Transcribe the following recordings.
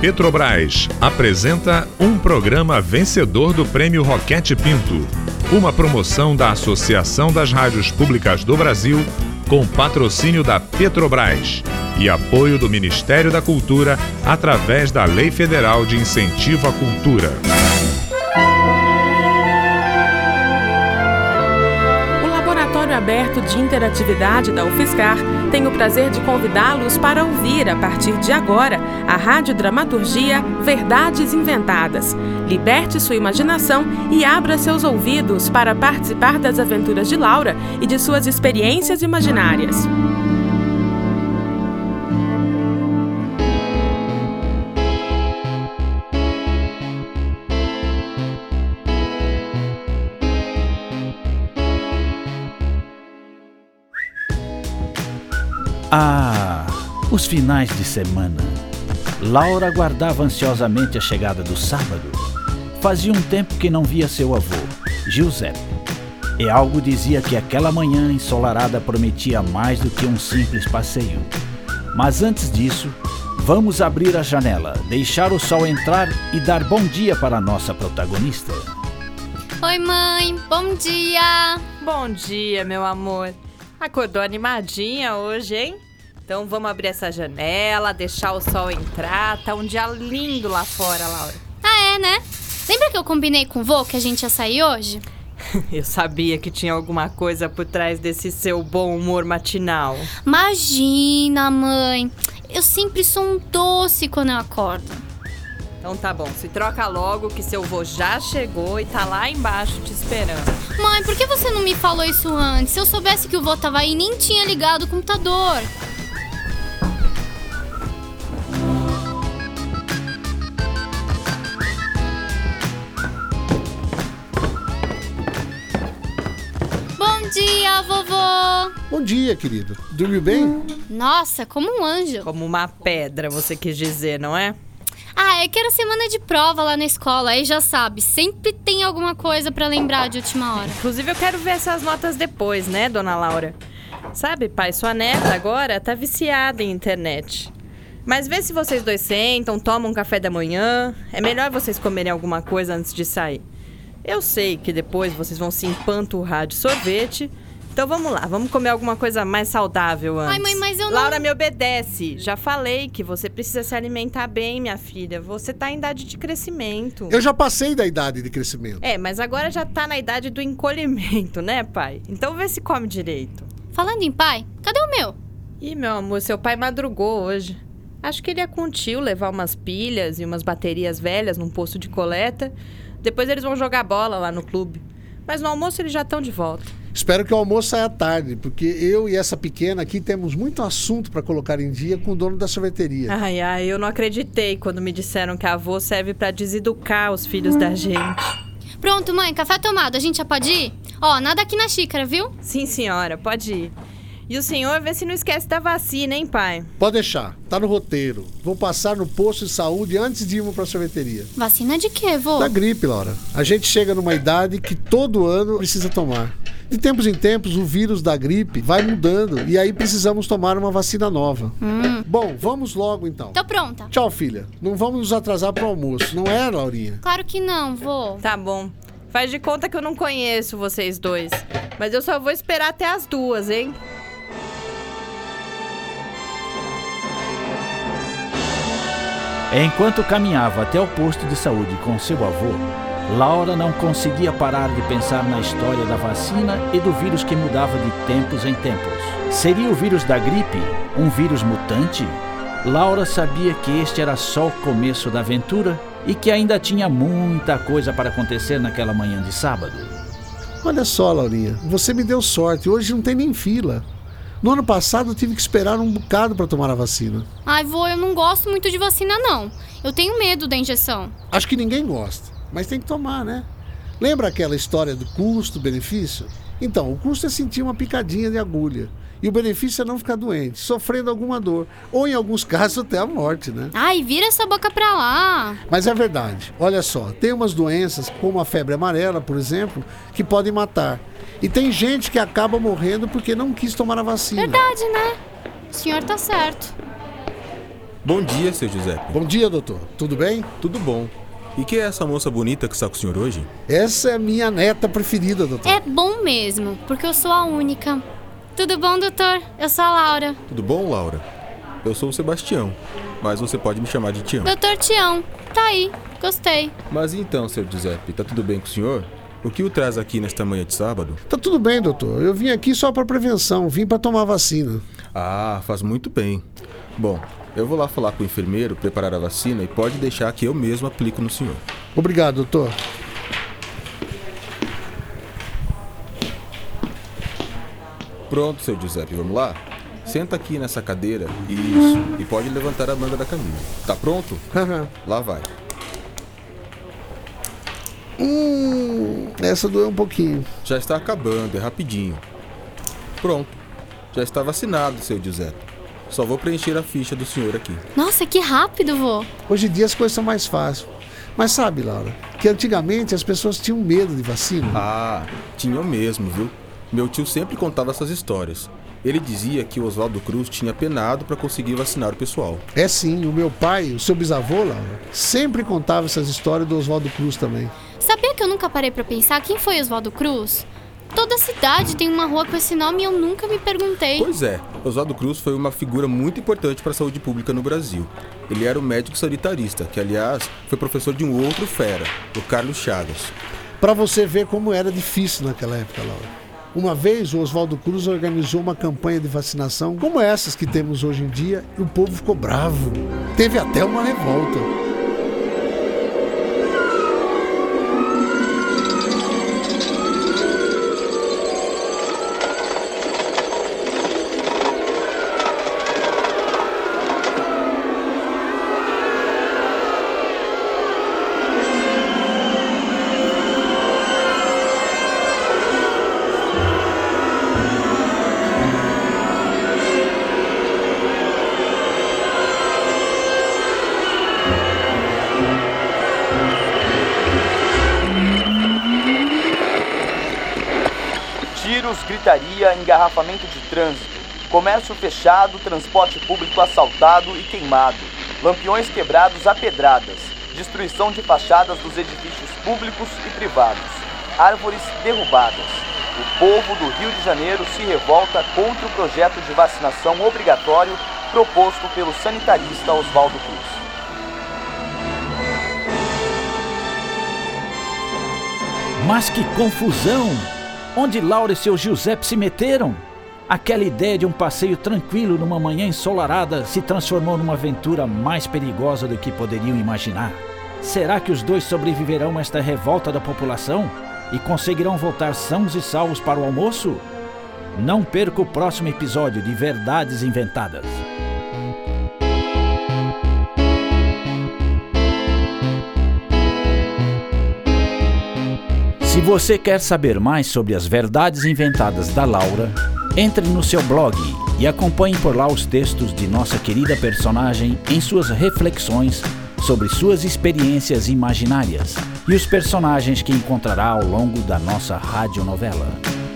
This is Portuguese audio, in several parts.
Petrobras apresenta um programa vencedor do Prêmio Roquete Pinto, uma promoção da Associação das Rádios Públicas do Brasil, com patrocínio da Petrobras e apoio do Ministério da Cultura através da Lei Federal de Incentivo à Cultura. O Laboratório Aberto de Interatividade da UFSCar tem o prazer de convidá-los para ouvir, a partir de agora, a radiodramaturgia Verdades Inventadas. Liberte sua imaginação e abra seus ouvidos para participar das aventuras de Laura e de suas experiências imaginárias. Os finais de semana. Laura aguardava ansiosamente a chegada do sábado. Fazia um tempo que não via seu avô, Giuseppe. E algo dizia que aquela manhã ensolarada prometia mais do que um simples passeio. Mas antes disso, vamos abrir a janela, deixar o sol entrar e dar bom dia para a nossa protagonista. Oi, mãe, bom dia! Bom dia, meu amor. Acordou animadinha hoje, hein? Então vamos abrir essa janela, deixar o sol entrar. Tá um dia lindo lá fora, Laura. Ah, é, né? Lembra que eu combinei com o vô que a gente ia sair hoje? Eu sabia que tinha alguma coisa por trás desse seu bom humor matinal. Imagina, mãe. Eu sempre sou um doce quando eu acordo. Então tá bom, se troca logo que seu vô já chegou e tá lá embaixo te esperando. Mãe, por que você não me falou isso antes? Se eu soubesse que o vô tava aí, nem tinha ligado o computador. Bom dia, vovô! Bom dia, querido. Dormiu bem? Nossa, como um anjo. Como uma pedra, você quis dizer, não é? É que era semana de prova lá na escola, aí já sabe, sempre tem alguma coisa pra lembrar de última hora. Inclusive eu quero ver essas notas depois, né, dona Laura? Sabe, pai, sua neta agora tá viciada em internet. Mas vê se vocês dois sentam, tomam um café da manhã. É melhor vocês comerem alguma coisa antes de sair. Eu sei que depois vocês vão se empanturrar de sorvete. Então vamos lá, vamos comer alguma coisa mais saudável antes. Ai, mãe, mas eu não... Laura, me obedece. Já falei que você precisa se alimentar bem, minha filha. Você tá em idade de crescimento. Eu já passei da idade de crescimento. Mas agora já tá na idade do encolhimento, né, pai? Então vê se come direito. Falando em pai, cadê o meu? Ih, meu amor, seu pai madrugou hoje. Acho que ele ia com o tio levar umas pilhas e umas baterias velhas num posto de coleta. Depois eles vão jogar bola lá no clube. Mas no almoço eles já estão de volta. Espero que o almoço saia tarde, porque eu e essa pequena aqui temos muito assunto para colocar em dia com o dono da sorveteria. Ai, eu não acreditei quando me disseram que a avó serve para deseducar os filhos da gente. Pronto, mãe, café tomado, a gente já pode ir? Nada aqui na xícara, viu? Sim, senhora, pode ir. E o senhor vê se não esquece da vacina, hein, pai? Pode deixar, tá no roteiro. Vou passar no posto de saúde antes de irmos pra sorveteria. Vacina de quê, vô? Da gripe, Laura. A gente chega numa idade que todo ano precisa tomar. De tempos em tempos, o vírus da gripe vai mudando e aí precisamos tomar uma vacina nova. Bom, vamos logo então. Tô pronta. Tchau, filha. Não vamos nos atrasar pro almoço, não é, Laurinha? Claro que não, vô. Tá bom. Faz de conta que eu não conheço vocês dois. Mas eu só vou esperar até as 2, hein? Enquanto caminhava até o posto de saúde com seu avô, Laura não conseguia parar de pensar na história da vacina e do vírus que mudava de tempos em tempos. Seria o vírus da gripe? Um vírus mutante? Laura sabia que este era só o começo da aventura e que ainda tinha muita coisa para acontecer naquela manhã de sábado. Olha só, Laurinha, você me deu sorte, hoje não tem nem fila. No ano passado eu tive que esperar um bocado para tomar a vacina. Ai, vô, eu não gosto muito de vacina, não. Eu tenho medo da injeção. Acho que ninguém gosta, mas tem que tomar, né? Lembra aquela história do custo-benefício? Então, o custo é sentir uma picadinha de agulha. E o benefício é não ficar doente, sofrendo alguma dor. Ou, em alguns casos, até a morte, né? Ai, vira essa boca pra lá. Mas é verdade. Olha só, tem umas doenças, como a febre amarela, por exemplo, que podem matar. E tem gente que acaba morrendo porque não quis tomar a vacina. Verdade, né? O senhor tá certo. Bom dia, seu Giuseppe. Bom dia, doutor. Tudo bem? Tudo bom. E quem é essa moça bonita que está com o senhor hoje? Essa é a minha neta preferida, doutor. É bom mesmo, porque eu sou a única. Tudo bom, doutor? Eu sou a Laura. Tudo bom, Laura? Eu sou o Sebastião, mas você pode me chamar de Tião. Doutor Tião, tá aí. Gostei. Mas então, seu Giuseppe, tá tudo bem com o senhor? O que o traz aqui nesta manhã de sábado? Tá tudo bem, doutor. Eu vim aqui só para prevenção. Vim para tomar vacina. Ah, faz muito bem. Bom, eu vou lá falar com o enfermeiro, preparar a vacina e pode deixar que eu mesmo aplico no senhor. Obrigado, doutor. Pronto, seu Giuseppe, vamos lá? Senta aqui nessa cadeira, isso, e pode levantar a manga da camisa. Tá pronto? Lá vai. Essa doeu um pouquinho. Já está acabando, é rapidinho. Pronto, já está vacinado, seu Giuseppe. Só vou preencher a ficha do senhor aqui. Nossa, que rápido, vô. Hoje em dia as coisas são mais fáceis. Mas sabe, Laura, que antigamente as pessoas tinham medo de vacina. Ah, tinham mesmo, viu? Meu tio sempre contava essas histórias. Ele dizia que o Oswaldo Cruz tinha penado para conseguir vacinar o pessoal. É sim, o meu pai, o seu bisavô, Laura, sempre contava essas histórias do Oswaldo Cruz também. Sabia que eu nunca parei pra pensar quem foi Oswaldo Cruz? Toda a cidade tem uma rua com esse nome e eu nunca me perguntei. Pois é, Oswaldo Cruz foi uma figura muito importante para a saúde pública no Brasil. Ele era um médico sanitarista, que aliás foi professor de um outro fera, o Carlos Chagas. Para você ver como era difícil naquela época, Laura. Uma vez o Oswaldo Cruz organizou uma campanha de vacinação como essas que temos hoje em dia e o povo ficou bravo. Teve até uma revolta. Gritaria, engarrafamento de trânsito, comércio fechado, transporte público assaltado e queimado, lampiões quebrados a pedradas, destruição de fachadas dos edifícios públicos e privados, árvores derrubadas. O povo do Rio de Janeiro se revolta contra o projeto de vacinação obrigatório proposto pelo sanitarista Oswaldo Cruz. Mas que confusão! Onde Laura e seu Giuseppe se meteram? Aquela ideia de um passeio tranquilo numa manhã ensolarada se transformou numa aventura mais perigosa do que poderiam imaginar. Será que os dois sobreviverão a esta revolta da população e conseguirão voltar sãos e salvos para o almoço? Não perca o próximo episódio de Verdades Inventadas. Se você quer saber mais sobre as verdades inventadas da Laura, entre no seu blog e acompanhe por lá os textos de nossa querida personagem em suas reflexões sobre suas experiências imaginárias e os personagens que encontrará ao longo da nossa radionovela.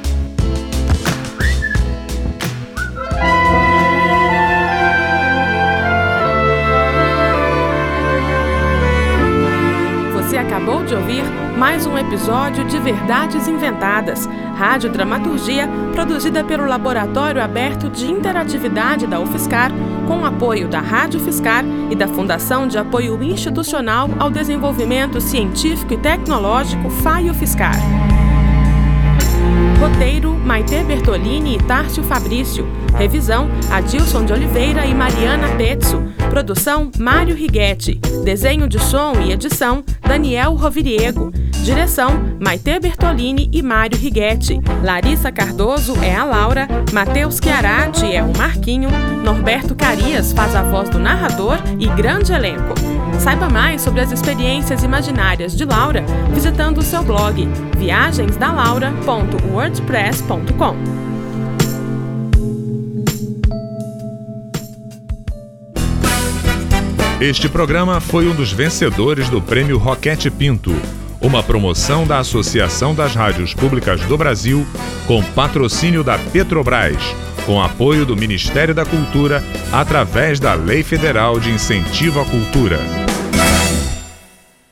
Você acabou de ouvir mais um episódio de Verdades Inventadas, radiodramaturgia produzida pelo Laboratório Aberto de Interatividade da UFSCar, com apoio da Rádio UFSCar e da Fundação de Apoio Institucional ao Desenvolvimento Científico e Tecnológico FAI-UFSCar. Roteiro, Maite Bertolini e Tárcio Fabrício. Revisão, Adilson de Oliveira e Mariana Pezzo. Produção, Mário Righetti. Desenho de som e edição, Daniel Roviriego. Direção, Maite Bertolini e Mário Righetti. Larissa Cardoso é a Laura, Matheus Chiarati é o Marquinho, Norberto Carias faz a voz do narrador e grande elenco. Saiba mais sobre as experiências imaginárias de Laura visitando o seu blog viagensdalaura.wordpress.com. Este programa foi um dos vencedores do Prêmio Roquete Pinto, uma promoção da Associação das Rádios Públicas do Brasil, com patrocínio da Petrobras, com apoio do Ministério da Cultura através da Lei Federal de Incentivo à Cultura.